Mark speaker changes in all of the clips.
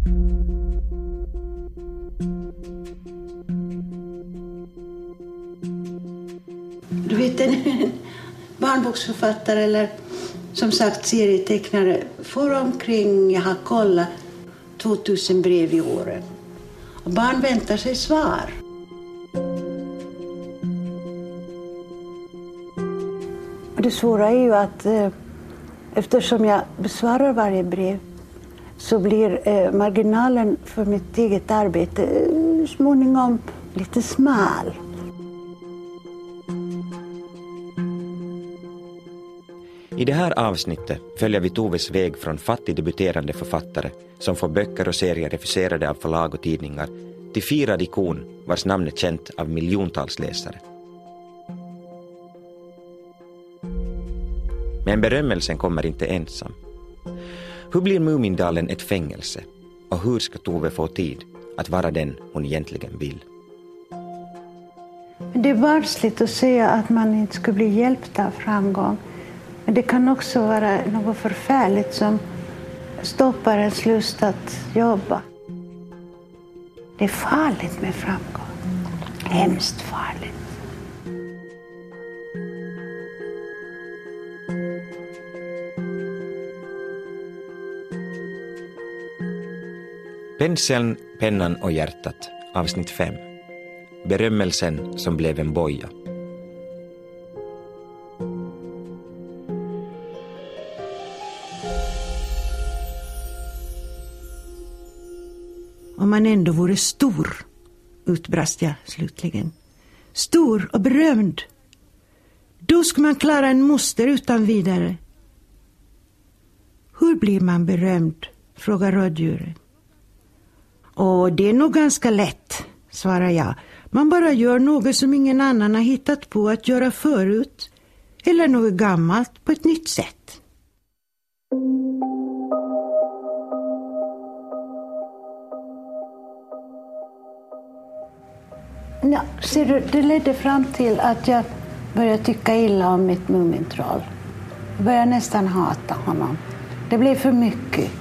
Speaker 1: Du vet, en barnboksförfattare eller som sagt serietecknare får omkring, jag har kollat, 2000 brev i åren. Och barn väntar sig svar. Och det svåra är ju att eftersom jag besvarar varje brev så blir marginalen för mitt eget arbete småningom lite smal.
Speaker 2: I det här avsnittet följer vi Toves väg från fattig debuterande författare som får böcker och serier refuserade av förlag och tidningar till firad ikon vars namn är känt av miljontals läsare. Men berömmelsen kommer inte ensam. Hur blir Mumindalen ett fängelse? Och hur ska Tove få tid att vara den hon egentligen vill?
Speaker 1: Det är barnsligt att säga att man inte ska bli hjälpt av framgång. Men det kan också vara något förfärligt som stoppar ens lust att jobba. Det är farligt med framgång. Hemskt farligt.
Speaker 2: Penseln, pennan och hjärtat, avsnitt 5. Berömmelsen som blev en boja.
Speaker 1: Om man ändå vore stor, utbrast jag slutligen. Stor och berömd. Då skulle man klara en moster utan vidare. Hur blir man berömd? Frågar rådjuren. Och det är nog ganska lätt, svarar jag. Man bara gör något som ingen annan har hittat på att göra förut. Eller något gammalt på ett nytt sätt. Ja, ser du, det ledde fram till att jag började tycka illa om mitt Mumintroll. Jag började nästan hata honom. Det blev för mycket.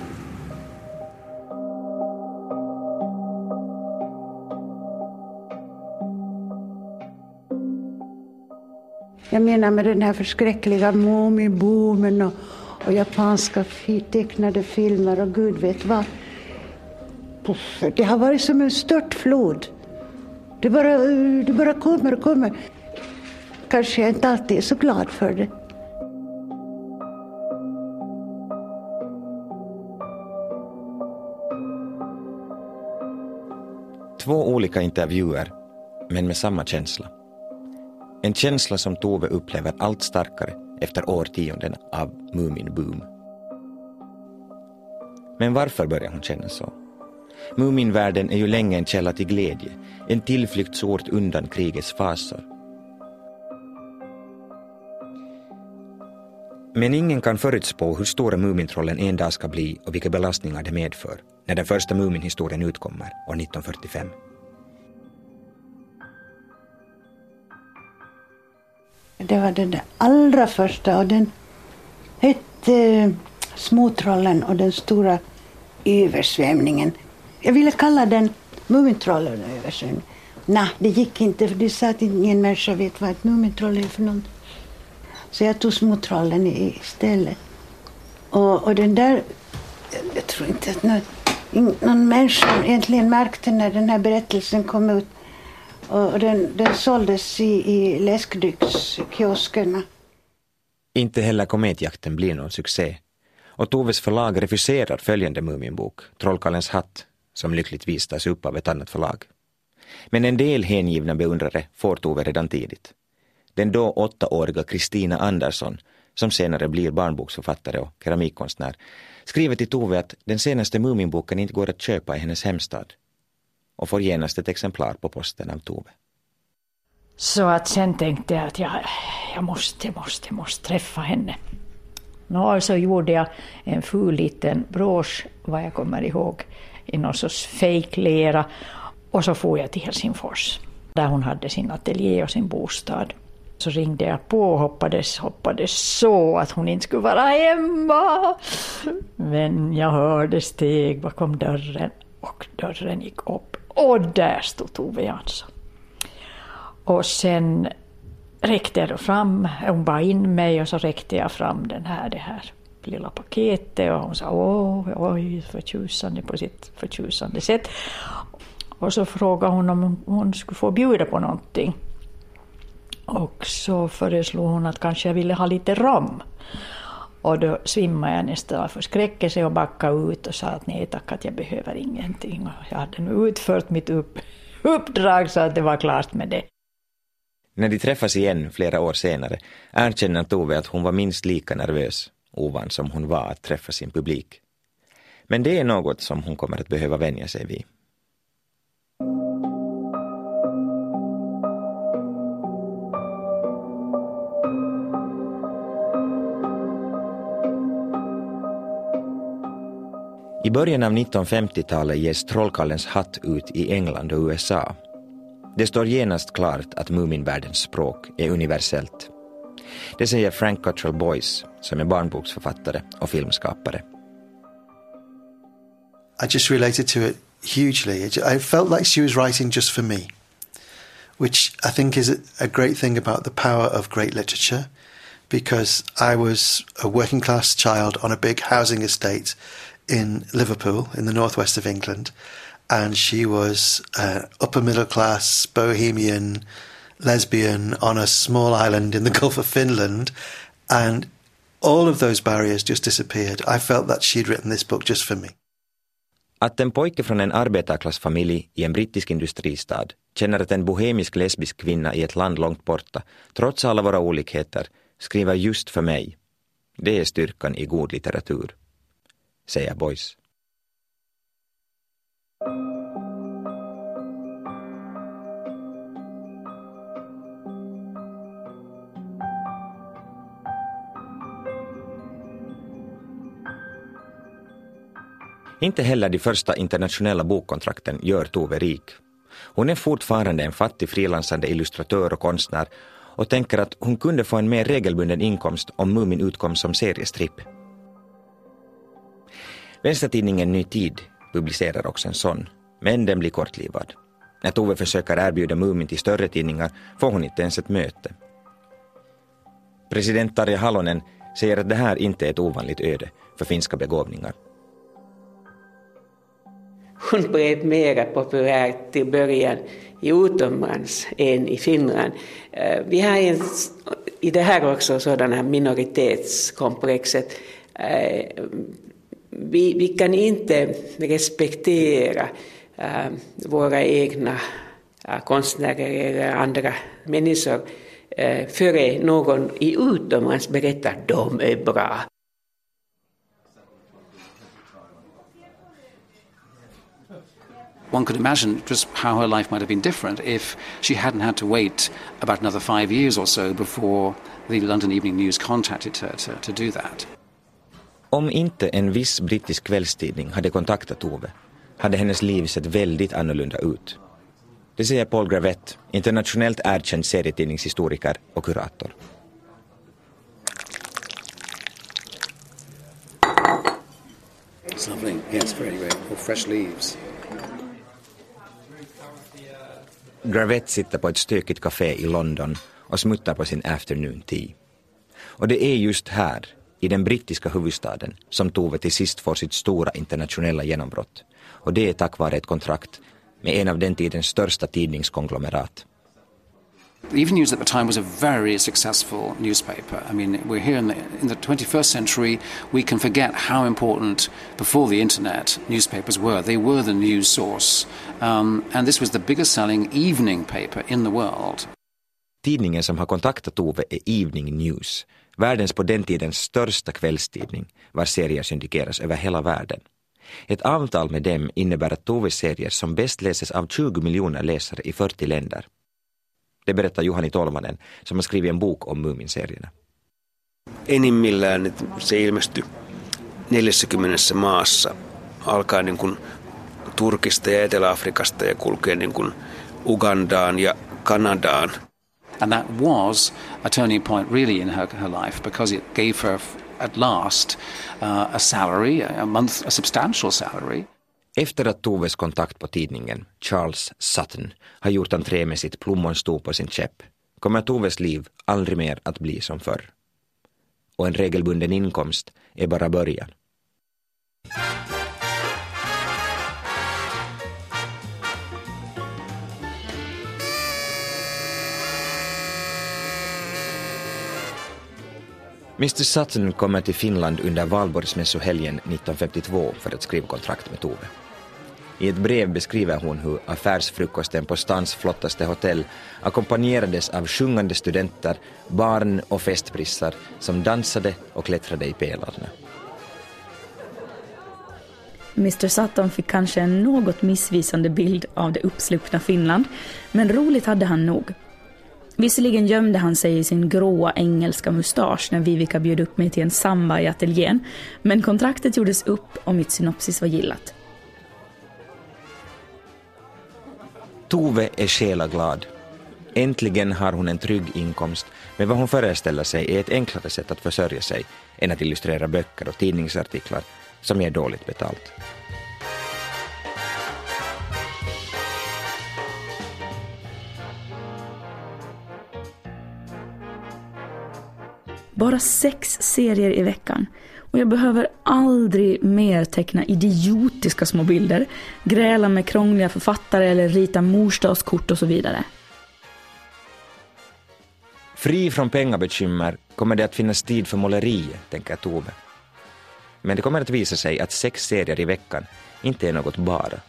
Speaker 1: Jag menar med den här förskräckliga Mumiboomen och japanska tecknade filmer och gud vet vad. Puff, det har varit som en störtflod. Det bara kommer och kommer. Kanske jag inte alltid är så glad för det.
Speaker 2: Två olika intervjuer, men med samma känsla. En känsla som Tove upplever allt starkare efter årtionden av Muminboom. Men varför börjar hon känna så? Muminvärlden är ju länge en källa till glädje, en tillflyktsort undan krigets fasor. Men ingen kan förutspå hur stora Mumintrollen en dag ska bli och vilka belastningar det medför när den första Muminhistorien utkommer år 1945.
Speaker 1: Det var den där allra första och den hette Småtrollen och den stora översvämningen. Jag ville kalla den Mumintrollen översvämning. Nej, det gick inte för det sa att ingen människa vet vad ett Mumintroll är för något. Så jag tog Småtrollen istället. Och den där, jag tror inte att någon människa egentligen märkte när den här berättelsen kom ut. Och den såldes i läskdryckskioskerna.
Speaker 2: Inte heller kometjakten blir någon succé. Och Toves förlag refuserar följande Muminbok, Trollkarlens hatt, som lyckligtvis tas upp av ett annat förlag. Men en del hängivna beundrare får Tove redan tidigt. Den då 8-åriga Kristina Andersson, som senare blir barnboksförfattare och keramikkonstnär, skriver till Tove att den senaste Muminboken inte går att köpa i hennes hemstad. Och får genast ett exemplar på posten av Tove.
Speaker 3: Så att sen tänkte jag att jag måste träffa henne. Och så gjorde jag en ful liten brosch, vad jag kommer ihåg, i någon sorts fejklera. Och så får jag till Helsingfors, där hon hade sin ateljé och sin bostad. Så ringde jag på och hoppades så att hon inte skulle vara hemma. Men jag hörde steg bakom dörren och dörren gick upp. Och där stod Tove Jansson. Och sen räckte jag då fram, hon bara in mig och så räckte jag fram det här lilla paketet och hon sa oj, förtjusande på sitt förtjusande sätt. Och så frågade hon om hon skulle få bjuda på någonting. Och så föreslog hon att kanske jag ville ha lite rom. Och då svimmade jag nästan av förskräckelse och backade ut och sa att nej tack, att jag behöver ingenting. Och jag hade nu utfört mitt uppdrag så att det var klart med det.
Speaker 2: När de träffas igen flera år senare erkänner Tove att hon var minst lika nervös, ovan som hon var att träffa sin publik. Men det är något som hon kommer att behöva vänja sig vid. I början av 1950-talet ges Trollkarlens hatt ut i England och USA. Det står genast klart att Muminvärldens språk är universellt. Det säger Frank Cottrell Boyce, som är barnboksförfattare och filmskapare.
Speaker 4: I just related to it hugely. I felt like she was writing just for me, which I think is a great thing about the power of great literature, because I was a working class child on a big housing estate in Liverpool in the northwest of England, and she was upper middle class bohemian lesbian on a small island in the Gulf of Finland, and all of those barriers just disappeared. I felt that she'd written this book just for me.
Speaker 2: Att en pojke från en arbetarklassfamilj i en brittisk industristad känner att en bohemisk lesbisk kvinna i ett land långt borta, trots alla våra olikheter, skriver just för mig. Det är styrkan i god litteratur, säger Boyce. Inte heller de första internationella bokkontrakten gör Tove rik. Hon är fortfarande en fattig frilansande illustratör och konstnär och tänker att hon kunde få en mer regelbunden inkomst om Mumin utkom som seriestripp. Vänstertidningen Ny Tid publicerar också en sån, men den blir kortlivad. När Tove försöker erbjuda Mumin till större tidningar får hon inte ens ett möte. President Tarja Halonen säger att det här inte är ett ovanligt öde för finska begåvningar.
Speaker 5: Hon blev mer populär till början i utomlands än i Finland. Vi har i det här också sådana minoritetskomplexet. Vi kan inte respektera våra egna konstnärer eller andra människor före någon i utomlands berättar att de är bra.
Speaker 6: One could imagine just how her life might have been different if she hadn't had to wait about another 5 years or so before the London Evening News contacted her to do that.
Speaker 2: Om inte en viss brittisk kvällstidning hade kontaktat Tove hade hennes liv sett väldigt annorlunda ut. Det säger Paul Gravett, internationellt erkänd serietidningshistoriker och kurator.
Speaker 6: Something, yes, very, very, or fresh leaves.
Speaker 2: Gravett sitter på ett stökigt café i London och smuttar på sin afternoon tea. Och det är just här, i den brittiska huvudstaden, som Tove till sist får sitt stora internationella genombrott. Och det är tack vare ett kontrakt med en av den tidens största tidningskonglomerat.
Speaker 6: The Evening News at the time was a very successful newspaper. I mean, we're here in the 21st century. We can forget how important, before the internet, newspapers were. They were the news source. And this was the biggest selling evening paper in the world.
Speaker 2: Tidningen som har kontaktat Tove är Evening News, världens på den tiden största kvällstidning, vars serier syndikeras över hela världen. Ett avtal med dem innebär att Toves serier som bäst läses av 20 miljoner läsare i 40 länder. Det berättar Juhani Tolvanen, som har skrivit en bok om Mumin-serierna.
Speaker 7: Enimmillään se ilmestyi 40 maassa, alkaa niin kuin Turkista ja Etelä-Afrikasta ja kulkee niin kuin Ugandaan ja Kanadaan.
Speaker 6: And that was a turning point really in her life, because it gave her at last a salary, a substantial salary.
Speaker 2: Efter att Toves kontakt på tidningen, Charles Sutton, har gjort entré med sitt plommonsto på sin käpp, kommer Toves liv aldrig mer att bli som förr. Och en regelbunden inkomst är bara början. Mr. Sutton kommer till Finland under valborgsmässohelgen 1952 för att skriva kontrakt med Tove. I ett brev beskriver hon hur affärsfrukosten på stans flottaste hotell ackompanjerades av sjungande studenter, barn och festprissar som dansade och klättrade i pelarna.
Speaker 8: Mr. Sutton fick kanske en något missvisande bild av det uppsluppna Finland, men roligt hade han nog. Visserligen gömde han sig i sin gråa engelska mustasch när Vivica bjöd upp mig till en samba i ateljén, men kontraktet gjordes upp och mitt synopsis var gillat.
Speaker 2: Tove är själaglad. Äntligen har hon en trygg inkomst, men vad hon föreställer sig är ett enklare sätt att försörja sig än att illustrera böcker och tidningsartiklar som ger dåligt betalt.
Speaker 8: Bara 6 serier i veckan. Och jag behöver aldrig mer teckna idiotiska små bilder, gräla med krångliga författare eller rita morsdagskort och så vidare.
Speaker 2: Fri från pengabekymmer kommer det att finnas tid för måleriet, tänker Tove. Men det kommer att visa sig att 6 serier i veckan inte är något bara.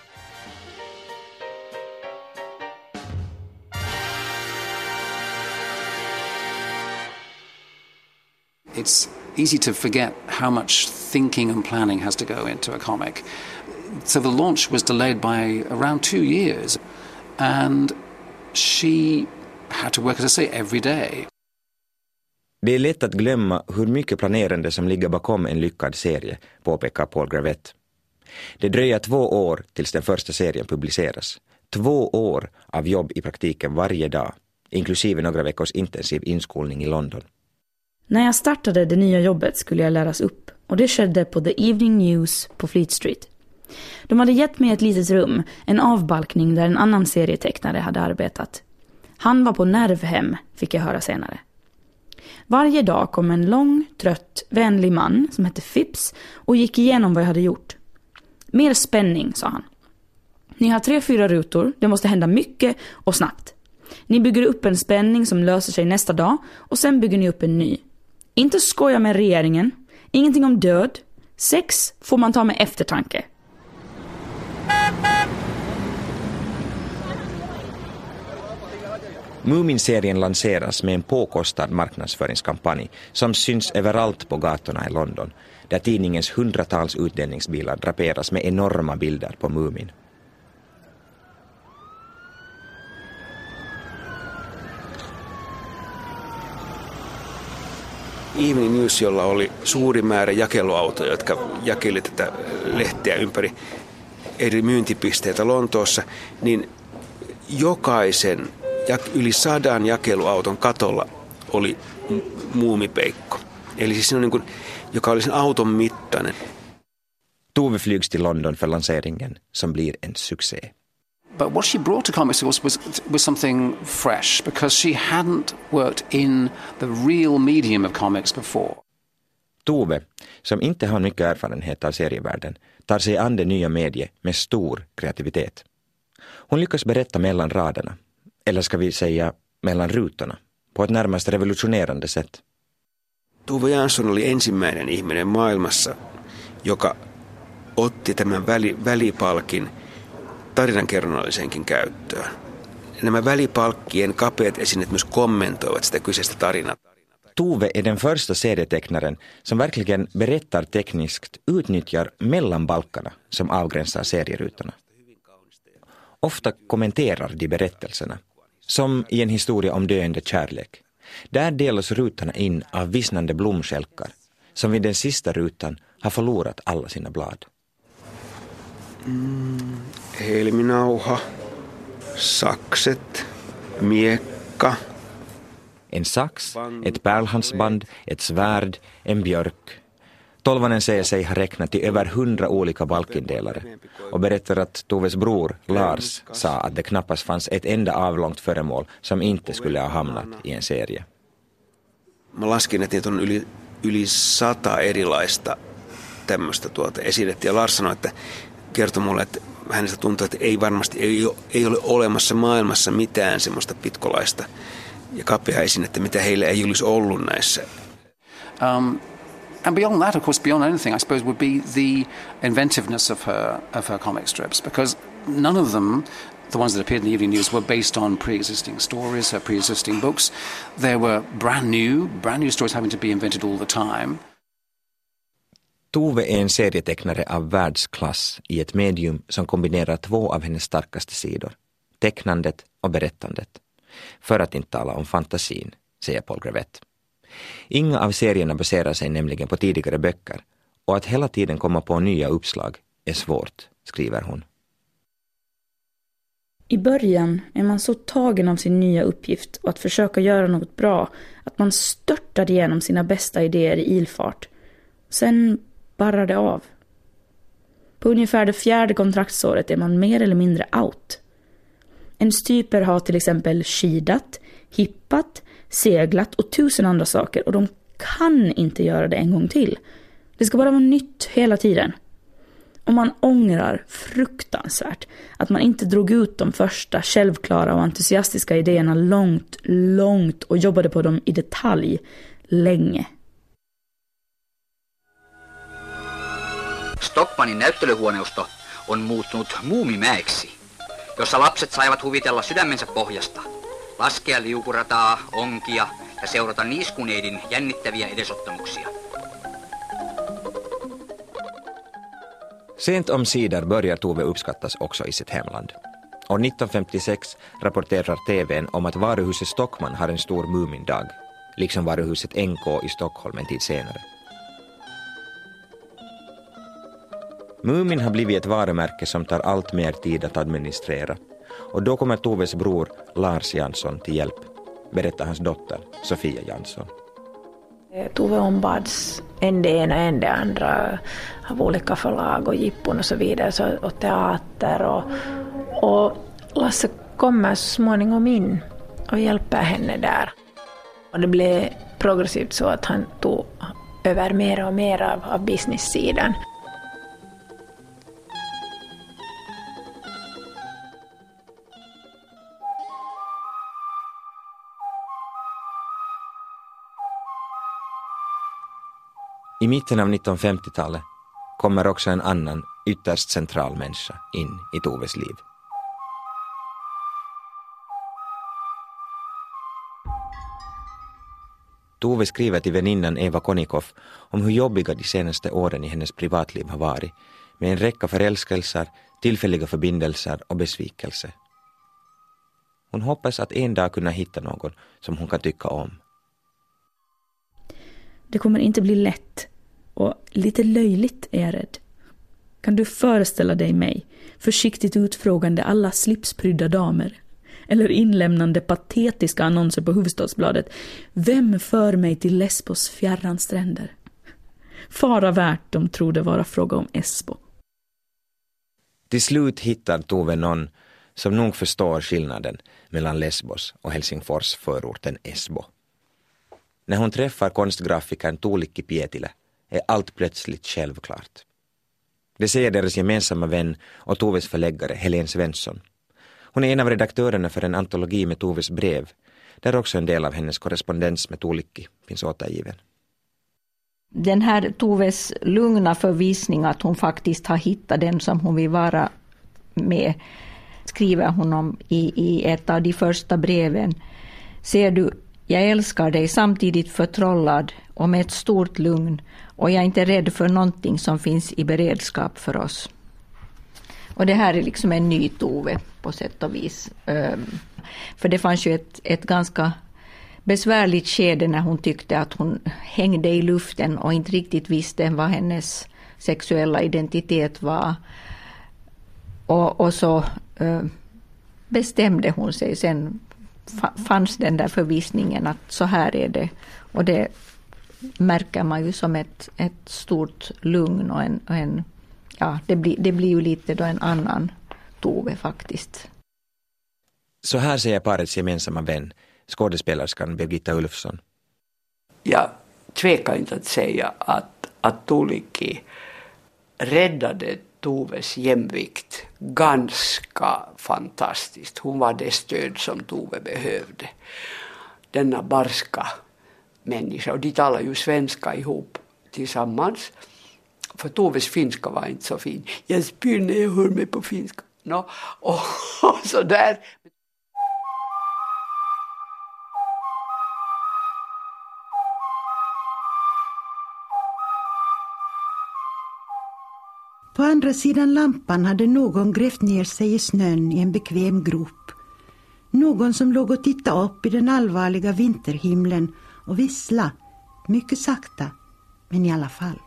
Speaker 6: It's easy to forget how much thinking and planning has to go into a comic. So the launch was delayed by around 2 years, and she had to work, as I say, every day.
Speaker 2: Det är lätt att glömma hur mycket planerande som ligger bakom en lyckad serie, påpekar Paul Gravett. Det dröjer 2 år tills den första serien publiceras. 2 år av jobb i praktiken varje dag, inklusive några veckors intensiv inskolning i London.
Speaker 8: När jag startade det nya jobbet skulle jag läras upp, och det skedde på The Evening News på Fleet Street. De hade gett mig ett litet rum, en avbalkning där en annan serietecknare hade arbetat. Han var på nervhem, fick jag höra senare. Varje dag kom en lång, trött, vänlig man som hette Phipps och gick igenom vad jag hade gjort. Mer spänning, sa han. Ni har 3-4 rutor, det måste hända mycket och snabbt. Ni bygger upp en spänning som löser sig nästa dag och sen bygger ni upp en ny. Inte skoja med regeringen, ingenting om död. Sex får man ta med eftertanke.
Speaker 2: Mumin-serien lanseras med en påkostad marknadsföringskampanj som syns överallt på gatorna i London, där tidningens 100-tals utdelningsbilar draperas med enorma bilder på Mumin.
Speaker 7: Evening News, jolla oli suuri määrä jakeluautoja, jotka jakeli tätä lehteä ympäri eri myyntipisteitä Lontoossa, niin jokaisen yli 100 jakeluauton katolla oli muumipeikko. Eli siis se on niin kuin, joka oli sen auton mittainen.
Speaker 2: Tove flygs till London för lanseringen som blir en succé.
Speaker 6: But what she brought to comics was something fresh, because she hadn't worked in the real medium of comics before.
Speaker 2: Tove, som inte har mycket erfarenhet av serievärlden, tar sig an det nya mediet med stor kreativitet. Hon lyckas berätta mellan raderna, eller ska vi säga mellan rutorna, på ett närmast revolutionerande sätt.
Speaker 7: Tove Jansson oli ensimmäinen ihminen maailmassa, joka otti tämän välipalkin tarinankerronnalliseenkin käyttöön. Nämä välipalkkien kapeat esineet myös kommentoivat sitä kyseistä tarinaa.
Speaker 2: Tove är den första serietecknaren som verkligen berättar tekniskt, utnyttjar mellanbalkarna som avgränsar serierutorna. Ofta kommenterar de berättelserna, som i en historia om döende kärlek. Där delas rutorna in av vissnande blomskälkar, som vid den sista rutan har förlorat alla sina blad.
Speaker 7: Helminauha, sakset, miekka,
Speaker 2: En sax, ett pärlhandsband, ett svärd, en björk. Tolvanen säger sig ha räknat till över 100 olika balkindelare och berättar att Toves bror Lars sa att det knappast fanns ett enda avlångt föremål som inte skulle ha hamnat i en serie.
Speaker 7: Mä laskin, että niitä on yli 100 erilaista tämmöistä esinettä. Ja Lars sanoi, että kertoi mulle, että hänestä tuntuu, että ei ole olemassa maailmassa mitään semmoista pitkolaista ja kapeaa esinettä, mitä heillä ei olisi ollut näissä.
Speaker 6: And beyond that, of course, beyond anything, I suppose, would be the inventiveness of her comic strips, because none of them, the ones that appeared in the Evening News, were based on pre-existing stories, pre-existing books. They were brand new stories having to be invented all the time.
Speaker 2: Tove är en serietecknare av världsklass i ett medium som kombinerar två av hennes starkaste sidor, tecknandet och berättandet. För att inte tala om fantasin, säger Paul Gravett. Inga av serierna baserar sig nämligen på tidigare böcker och att hela tiden komma på nya uppslag är svårt, skriver hon.
Speaker 8: I början är man så tagen av sin nya uppgift och att försöka göra något bra att man störtar igenom sina bästa idéer i ilfart. Sen barrar det av. På ungefär det 4:e kontraktsåret är man mer eller mindre out. En styper har till exempel skidat, hippat, seglat och 1000 andra saker och de kan inte göra det en gång till. Det ska bara vara nytt hela tiden. Och man ångrar fruktansvärt att man inte drog ut de första självklara och entusiastiska idéerna långt och jobbade på dem i detalj länge.
Speaker 9: Stockmannin näyttelyhuoneusto on muuttunut muumimäeksi, jossa lapset saivat huvitella sydämensä pohjasta, laskea liukurataa, onkia ja seurata niiskuneidin jännittäviä edesottamuksia.
Speaker 2: Sent omsider börjar Tove uppskattas också i sitt hemland. År 1956 rapporterar TV:n om att varuhuset Stockman har en stor Mumindag, liksom varuhuset NK i Stockholm en tid senare. Mumin har blivit ett varumärke som tar allt mer tid att administrera. Och då kommer Toves bror Lars Jansson till hjälp, berättar hans dotter Sofia Jansson.
Speaker 3: Tove ombads en det ena en det andra av olika förlag och jippon och så vidare och teater och Lasse kommer så småningom in och hjälper henne där. Och det blev progressivt så att han tog över mer och mer av business-sidan.
Speaker 2: I mitten av 1950-talet kommer också en annan ytterst central människa in i Toves liv. Tove skriver till väninnan Eva Konikoff om hur jobbiga de senaste åren i hennes privatliv har varit, med en räcka förälskelser, tillfälliga förbindelser och besvikelse. Hon hoppas att en dag kunna hitta någon som hon kan tycka om.
Speaker 8: Det kommer inte bli lätt och lite löjligt är jag rädd. Kan du föreställa dig mig, försiktigt utfrågande alla slipsprydda damer? Eller inlämnande patetiska annonser på Hufvudstadsbladet. Vem för mig till Lesbos fjärran stränder? Fara värt de tror det vara fråga om Esbo.
Speaker 2: Till slut hittar Tove någon som nog förstår skillnaden mellan Lesbos och Helsingfors förorten Esbo. När hon träffar konstgrafikern Tuulikki Pietilä är allt plötsligt självklart. Det säger deras gemensamma vän och Toves förläggare Helene Svensson. Hon är en av redaktörerna för en antologi med Toves brev, där också en del av hennes korrespondens med Tuulikki finns återgiven.
Speaker 10: Den här Toves lugna förvisning att hon faktiskt har hittat den som hon vill vara med, skriver hon om i ett av de första breven. Ser du, jag älskar dig samtidigt förtrollad och med ett stort lugn, och jag är inte rädd för någonting som finns i beredskap för oss. Och det här är liksom en ny Tove på sätt och vis. För det fanns ju ett ganska besvärligt skede när hon tyckte att hon hängde i luften och inte riktigt visste vad hennes sexuella identitet var. Och så bestämde hon sig sen fanns den där förvisningen att så här är det. Och det märker man ju som ett stort lugn och en det blir ju lite då en annan Tove faktiskt.
Speaker 2: Så här säger parets gemensamma vän, skådespelerskan Birgitta Ulfsson.
Speaker 11: Jag tvekar inte att säga att Tuulikki räddade Toves jämvikt ganska fantastiskt. Hon var det stöd som Tove behövde. Denna barska människa, och de talar ju svenska ihop tillsammans. För Toves finska var inte så fin. Jag spyr när jag hör mig på finska. Och så där.
Speaker 1: På andra sidan lampan hade någon grävt ner sig i snön i en bekväm grop. Någon som låg och tittade upp i den allvarliga vinterhimlen och vissla, mycket sakta, men i alla fall.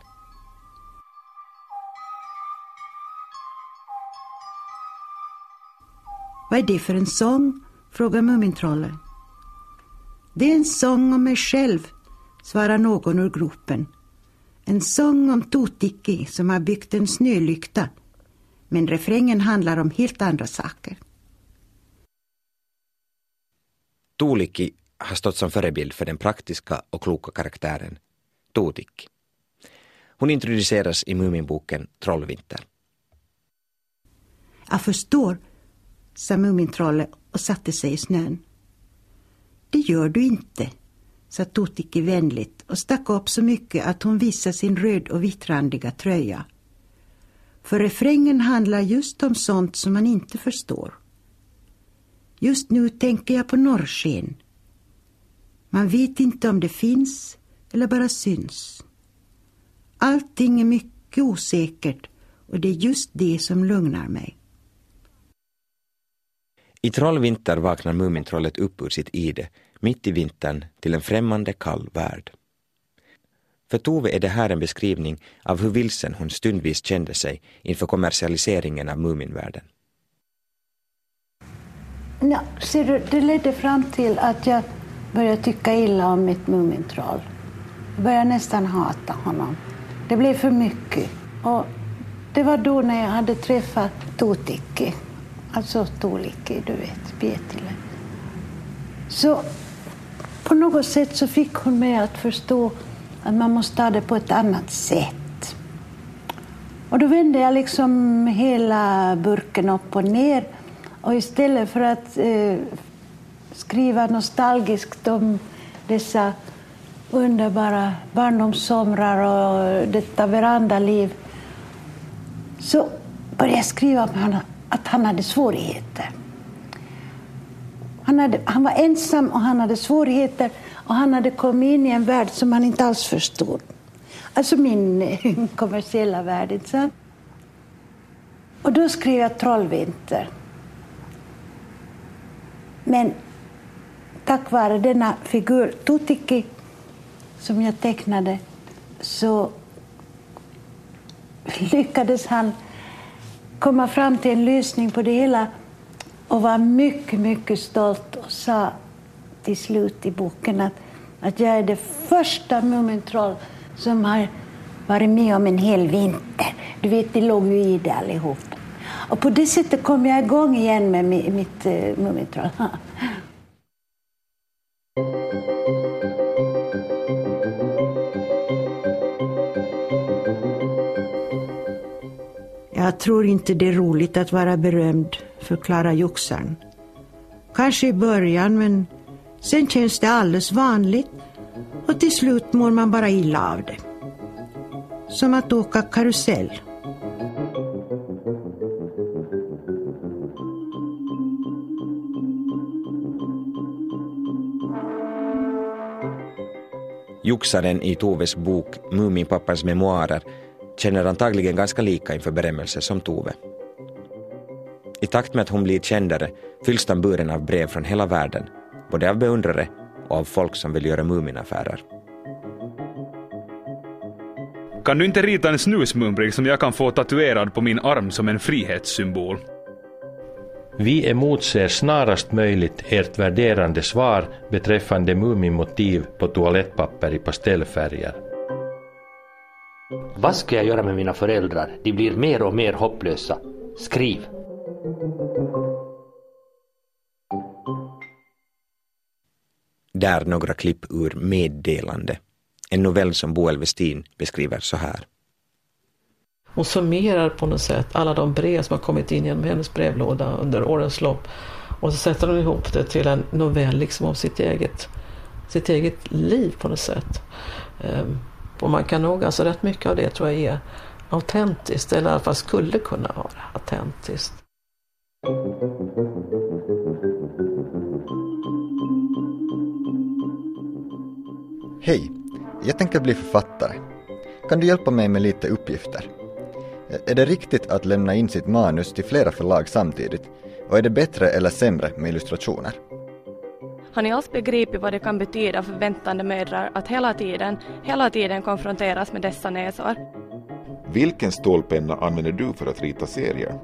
Speaker 1: Vad är det för en sång? Frågar Mumintrollen. Det är en sång om mig själv, svarar någon ur gropen. En sång om Tuutikki som har byggt en snölykta. Men refrängen handlar om helt andra saker.
Speaker 2: Tuulikki har stått som förebild för den praktiska och kloka karaktären Tuutikki. Hon introduceras i Muminboken Trollvinter.
Speaker 1: Jag förstår, sa Mumintrollet och satte sig i snön. Det gör du inte, sa Tuutikki vänligt och stack upp så mycket att hon visade sin röd och vittrandiga tröja. För refrängen handlar just om sånt som man inte förstår. Just nu tänker jag på norrsken. Man vet inte om det finns eller bara syns. Allting är mycket osäkert och det är just det som lugnar mig.
Speaker 2: I Trollvinter vaknar Mumintrollet upp ur sitt ide mitt i vintern till en främmande kall värld. För Tove är det här en beskrivning av hur vilsen hon stundvis kände sig inför kommersialiseringen av Muminvärlden.
Speaker 1: Ja, ser du, det ledde fram till att jag började tycka illa om mitt Mumintroll. Jag började nästan hata honom. Det blev för mycket. Och det var då när jag hade träffat Tuutikki. Alltså Tuulikki, du vet, Pietile. Så på något sätt så fick hon mig att förstå att man måste ta det på ett annat sätt. Och då vände jag liksom hela burken upp och ner. Och istället för att skriva nostalgiskt om dessa underbara barndomssomrar och detta verandaliv, så började jag skriva om att han hade svårigheter. Han var ensam och han hade svårigheter och han hade kommit in i en värld som han inte alls förstod. Alltså min kommersiella värld, inte sant? Och då skrev jag Trollvinter. Men tack vare denna figur Tuutikki som jag tecknade så lyckades han komma fram till en lösning på det hela och var mycket, mycket stolt och sa till slut i boken att jag är det första Mumintroll som har varit med om en hel vinter. Du vet, det låg ju i det allihop. Och på det sättet kom jag igång igen med mitt Mumintroll. Jag tror inte det är roligt att vara berömd, förklarar Joxaren. Kanske i början, men sen känns det alldeles vanligt och till slut mår man bara illa av det. Som att åka karusell.
Speaker 2: Joxaren i Toves bok Muminpappans memoarer känner antagligen ganska lika inför berömmelse som Tove. I takt med att hon blir kändare fylls tamburen av brev från hela världen, både av beundrare och av folk som vill göra Muminaffärer.
Speaker 12: Kan du inte rita en snusmumring som jag kan få tatuerad på min arm som en frihetssymbol?
Speaker 13: Vi emotser snarast möjligt ert värderande svar beträffande Muminmotiv på toalettpapper i pastellfärger.
Speaker 14: Vad ska jag göra med mina föräldrar? De blir mer och mer hopplösa. Skriv!
Speaker 2: Där några klipp ur Meddelande. En novell som Bo Westin beskriver så här.
Speaker 15: Hon summerar på något sätt alla de brev som har kommit in genom hennes brevlåda under årens lopp. Och så sätter hon ihop det till en novell liksom om sitt eget liv på något sätt. Och man kan nog, alltså rätt mycket av det tror jag är autentiskt, eller i alla fall skulle kunna vara autentiskt.
Speaker 16: Hej, jag tänker bli författare. Kan du hjälpa mig med lite uppgifter? Är det riktigt att lämna in sitt manus till flera förlag samtidigt? Och är det bättre eller sämre med illustrationer?
Speaker 17: Har ni alls begripit vad det kan betyda för väntande mödrar att hela tiden konfronteras med dessa näsor?
Speaker 18: Vilken stålpenna använder du för att rita serier?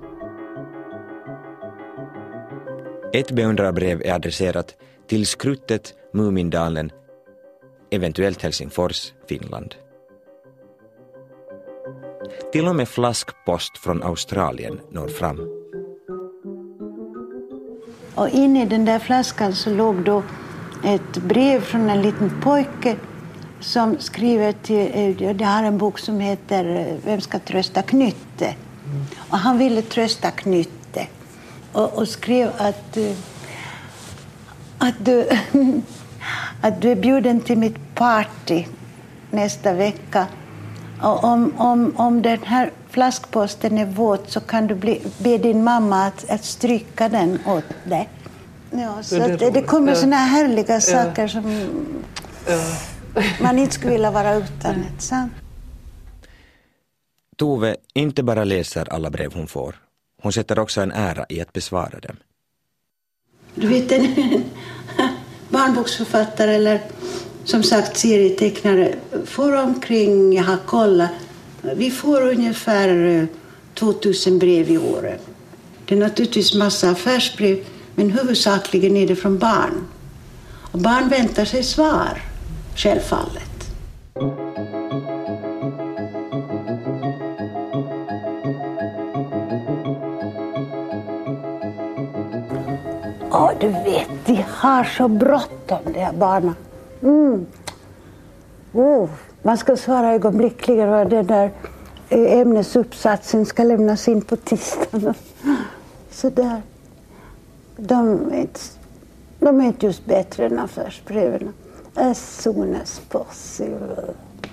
Speaker 2: Ett beundrarbrev är adresserat till Skruttet, Mumindalen, eventuellt Helsingfors, Finland. Till och med flaskpost från Australien når fram.
Speaker 1: Och inne i den där flaskan så låg då ett brev från en liten pojke som skriver till, det har en bok som heter Vem ska trösta Knytte? Och han ville trösta Knytte och skrev att du är bjuden till mitt party nästa vecka. Och om den här flaskposten är våt så kan du be din mamma att stryka den åt dig. Ja, så det kommer såna här härliga saker som man inte skulle vilja vara utan. Sant?
Speaker 2: Tove inte bara läser alla brev hon får. Hon sätter också en ära i att besvara dem.
Speaker 1: Du vet, en barnboksförfattare eller som sagt serietecknare får omkring, jag har kollat, vi får ungefär 2000 brev i året. Det är naturligtvis massa affärsbrev, men huvudsakligen är det från barn. Och barn väntar sig svar, självfallet. Ja, du vet, de har så bråttom, de här barnen. Man ska svara ögonblickligen och den där ämnesuppsatsen ska lämnas in på tisdagen. Så där. De är inte just bättre än affärsbreven. As soon as possible.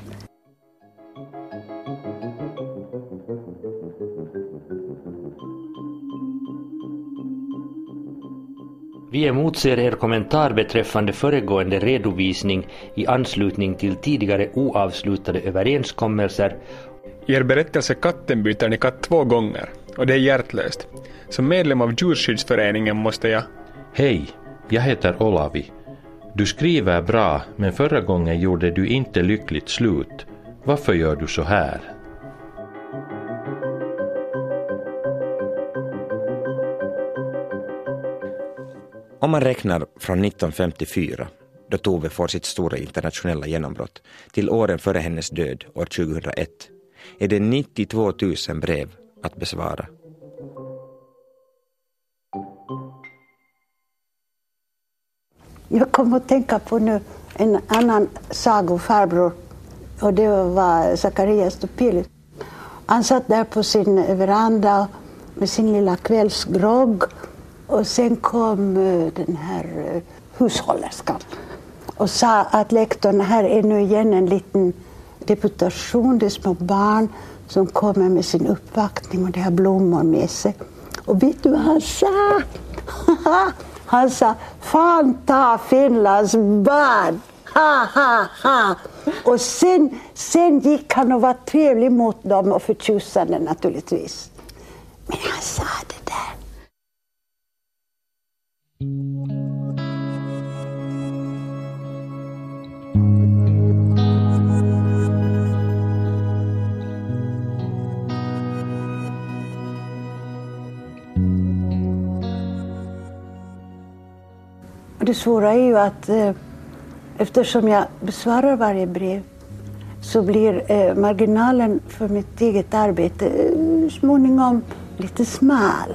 Speaker 14: Vi emotser er kommentar beträffande föregående redovisning i anslutning till tidigare oavslutade överenskommelser.
Speaker 12: I er berättelse Katten byter ni katt 2 gånger, och det är hjärtlöst. Som medlem av djurskyddsföreningen måste jag...
Speaker 13: Hej, jag heter Olavi. Du skriver bra, men förra gången gjorde du inte lyckligt slut. Varför gör du så här?
Speaker 2: Om man räknar från 1954, då Tove får sitt stora internationella genombrott, till åren före hennes död, år 2001, är det 92 000 brev att besvara.
Speaker 1: Jag kommer att tänka på nu en annan sagofarbror, och det var Zacharias Topelius. Han satt där på sin veranda med sin lilla kvällsgrogg. Och sen kom den här hushållerskan och sa att lektorn, här är nu igen en liten deputation, det är små barn som kommer med sin uppvaktning och det har blommor med sig. Och vet du vad han sa? Han sa, fan ta Finlands barn! Ha, ha, ha! Och sen gick han och var trevlig mot dem och förtjusande naturligtvis. Men han sa det där. Och det svåra är ju att eftersom jag besvarar varje brev så blir marginalen för mitt eget arbete småningom lite smal.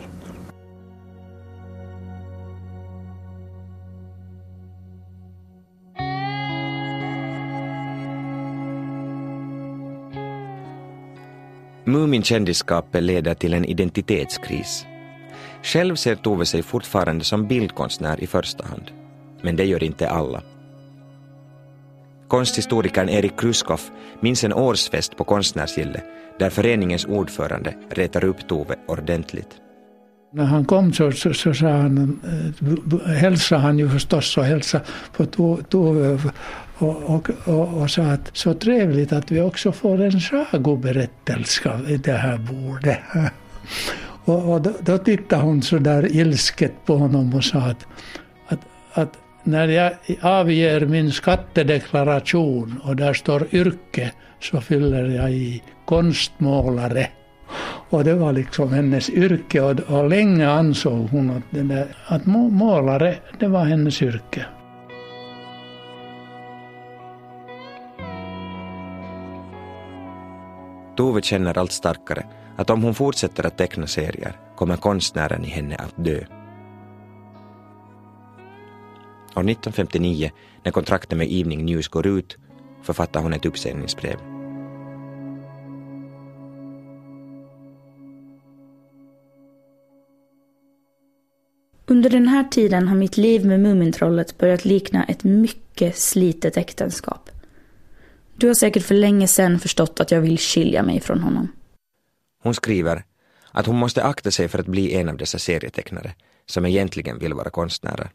Speaker 2: Muminkändisskapet leder till en identitetskris. Själv ser Tove sig fortfarande som bildkonstnär i första hand. Men det gör inte alla. Konsthistorikern Erik Kruskoff minns en årsfest på Konstnärsgille där föreningens ordförande retar upp Tove ordentligt.
Speaker 19: När han kom så sa han, hälsade han ju förstås och hälsade på Tove och sa att så trevligt att vi också får en sagoberättelse i det här bordet. Och då tittade hon så där ilsket på honom och sa att när jag avger min skattedeklaration och där står yrke så fyller jag i konstmålare. Och det var liksom hennes yrke och länge ansåg hon att målare, det var hennes yrke.
Speaker 2: Tove känner allt starkare att om hon fortsätter att teckna serier kommer konstnären i henne att dö. År 1959, när kontraktet med Evening News går ut, författar hon ett uppsägningsbrev.
Speaker 8: Under den här tiden har mitt liv med Mumintrollet börjat likna ett mycket slitet äktenskap. Du har säkert för länge sedan förstått att jag vill skilja mig från honom.
Speaker 2: Hon skriver att hon måste akta sig för att bli en av dessa serietecknare som egentligen vill vara konstnärer.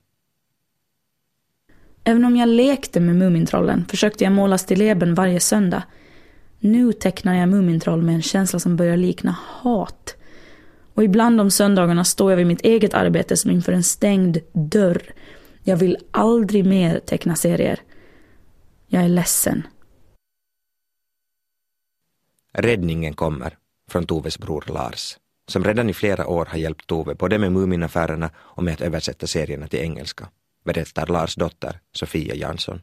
Speaker 8: Även om jag lekte med Mumintrollen försökte jag måla stilleben varje söndag. Nu tecknar jag Mumintroll med en känsla som börjar likna hat. Och ibland om söndagarna står jag vid mitt eget arbete som inför en stängd dörr. Jag vill aldrig mer teckna serier. Jag är ledsen.
Speaker 2: Räddningen kommer från Toves bror Lars, som redan i flera år har hjälpt Tove både med Muminaffärerna och med att översätta serierna till engelska, berättar Lars dotter Sofia Jansson.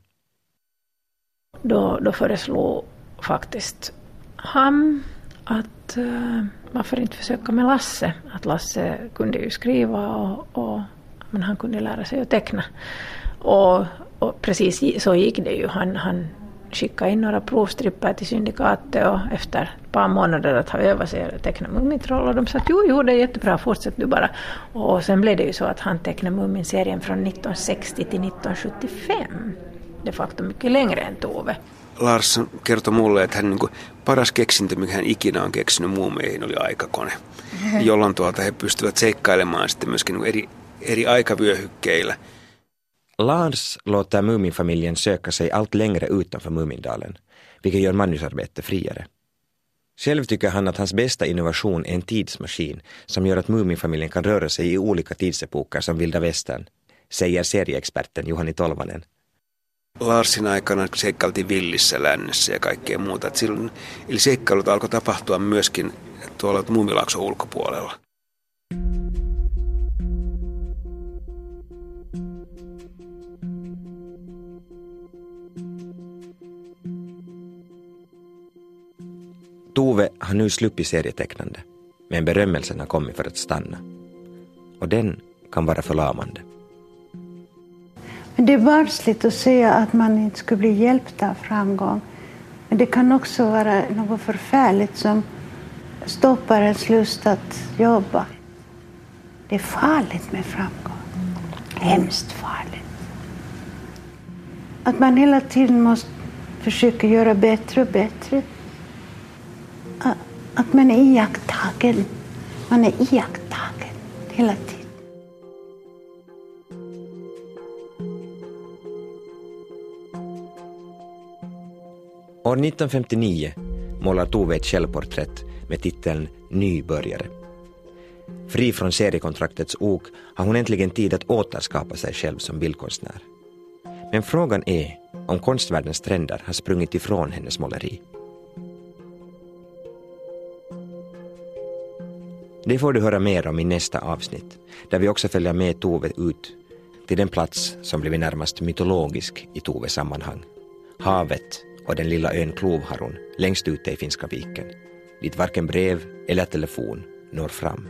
Speaker 3: Då föreslog faktiskt han att varför inte försöka med Lasse. Att Lasse kunde ju skriva men han kunde lära sig att teckna. Och precis så gick det ju. Han skickade in några provstripper till syndikatet och efter ett par månader att ha övat sig att teckna Mumintroll och de sa att jo det är jättebra, fortsätt du bara. Och sen blev det ju så att han tecknade Mumin-serien från 1960 till 1975. De facto mycket längre än Tove.
Speaker 7: Lars kertoi mulle, että hän paras keksintö, mikä hän ikinä on keksinyt muumeihin, oli aikakone, jolloin he pystyvät seikkailemaan sitten myöskin eri aikavyöhykkeillä.
Speaker 2: Lars låter Muminfamiljen söka sig allt längre utanför Mumindalen, vilket gör manusarbete friare. Själv tycker han att hans bästa innovation är en tidsmaskin som gör att Muminfamiljen kan röra sig i olika tidsepoker som vilda västern, säger serieexperten Juhani Tolvanen.
Speaker 7: Larsin aikana seikkailtiin villissä lännessä ja kaikkea muuta. Eli seikkailut alkoi tapahtua myöskin tuolla Muumilaakson ulkopuolella.
Speaker 2: Tove har nu sluppit serietecknande, men berömmelsen har kommit för att stanna. Och den kan vara förlamande.
Speaker 1: Men det är barnsligt att säga att man inte skulle bli hjälpt av framgång. Men det kan också vara något förfärligt som stoppar ens lust att jobba. Det är farligt med framgång. Hemskt farligt. Att man hela tiden måste försöka göra bättre och bättre. Att man är iakttagen. Man är iakttagen hela tiden.
Speaker 2: År 1959 målar Tove ett självporträtt med titeln Nybörjare. Fri från seriekontraktets ok har hon äntligen tid att återskapa sig själv som bildkonstnär. Men frågan är om konstvärldens trender har sprungit ifrån hennes måleri. Det får du höra mer om i nästa avsnitt, där vi också följer med Tove ut till den plats som blivit närmast mytologisk i Toves sammanhang. Havet och den lilla ön Klovharun längst ute i Finska viken, dit varken brev eller telefon når fram.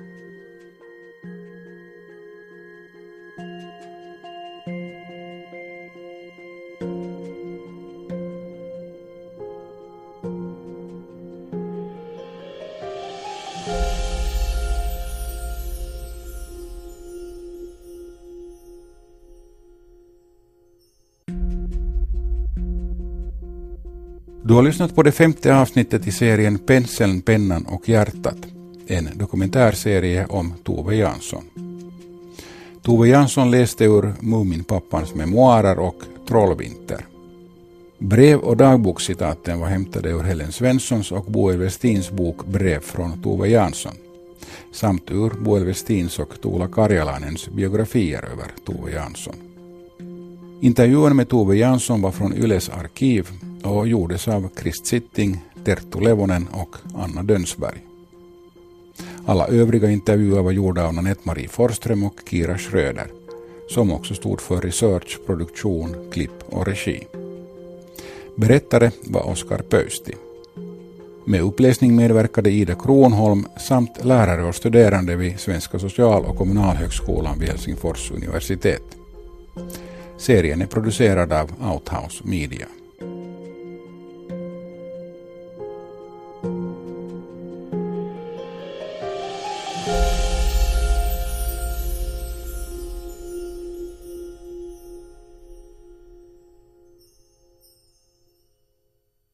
Speaker 20: Du har lyssnat på det 5:e avsnittet i serien Penseln, pennan och hjärtat, en dokumentärserie om Tove Jansson. Tove Jansson läste ur Muminpappans memoarer och Trollvinter. Brev- och dagbokscitaten var hämtade ur Helen Svenssons och Boel Westins bok Brev från Tove Jansson, samt ur Boel Westins och Tuula Karjalanens biografier över Tove Jansson. Intervjun med Tove Jansson var från Yles arkiv och gjordes av Krist Sitting, Terttu Levonen och Anna Dönsberg. Alla övriga intervjuer var gjorda av Nanette-Marie Forström och Kira Schröder, som också stod för research, produktion, klipp och regi. Berättare var Oskar Pöysti. Med uppläsning medverkade Ida Kronholm samt lärare och studerande vid Svenska social- och kommunalhögskolan vid Helsingfors universitet. Serien är producerad av Outhouse Media.